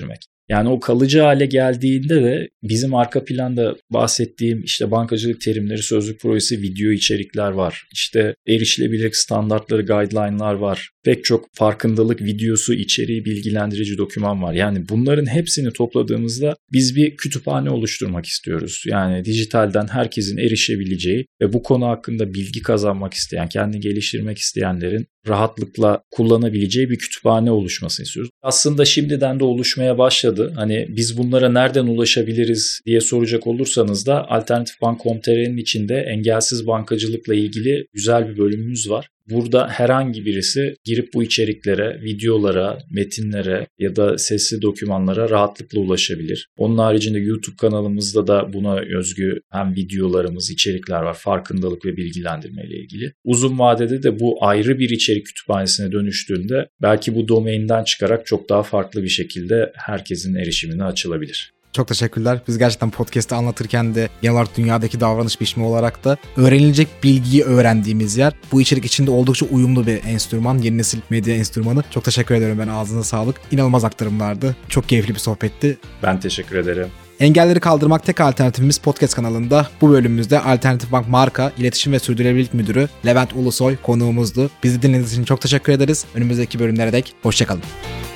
Yani o kalıcı hale geldiğinde de bizim arka planda bahsettiğim işte bankacılık terimleri sözlük projesi video içerikler var. İşte erişilebilirlik standartları, guideline'lar var. Pek çok farkındalık videosu, içeriği bilgilendirici doküman var. Yani bunların hepsini topladığımızda biz bir kütüphane oluşturmak istiyoruz. Yani dijitalden herkesin erişebileceği ve bu konu hakkında bilgi kazanmak isteyen, kendini geliştirmek isteyenlerin rahatlıkla kullanabileceği bir kütüphane oluşmasını istiyoruz. Aslında şimdiden de oluşmaya başladı. Hani biz bunlara nereden ulaşabiliriz diye soracak olursanız da alternatifbank.com.tr'nin içinde engelsiz bankacılıkla ilgili güzel bir bölümümüz var. Burada herhangi birisi girip bu içeriklere, videolara, metinlere ya da sesli dokümanlara rahatlıkla ulaşabilir. Onun haricinde YouTube kanalımızda da buna özgü hem videolarımız, içerikler var, farkındalık ve bilgilendirme ile ilgili. Uzun vadede de bu ayrı bir içerik kütüphanesine dönüştüğünde belki bu domainden çıkarak çok daha farklı bir şekilde herkesin erişimine açılabilir. Çok teşekkürler. Biz gerçekten podcast'ı anlatırken de genel olarak dünyadaki davranış biçimi olarak da öğrenilecek bilgiyi öğrendiğimiz yer. Bu içerik içinde oldukça uyumlu bir enstrüman. Yeni nesil medya enstrümanı. Çok teşekkür ederim ben. Ağzınıza sağlık. İnanılmaz aktarımlardı. Çok keyifli bir sohbetti. Ben teşekkür ederim. Engelleri Kaldırmak Tek Alternatifimiz podcast kanalında bu bölümümüzde Alternatif Bank Marka İletişim ve Sürdürülebilirlik Müdürü Levent Ulusoy konuğumuzdu. Bizi dinlediğiniz için çok teşekkür ederiz. Önümüzdeki bölümlere dek hoşçakalın.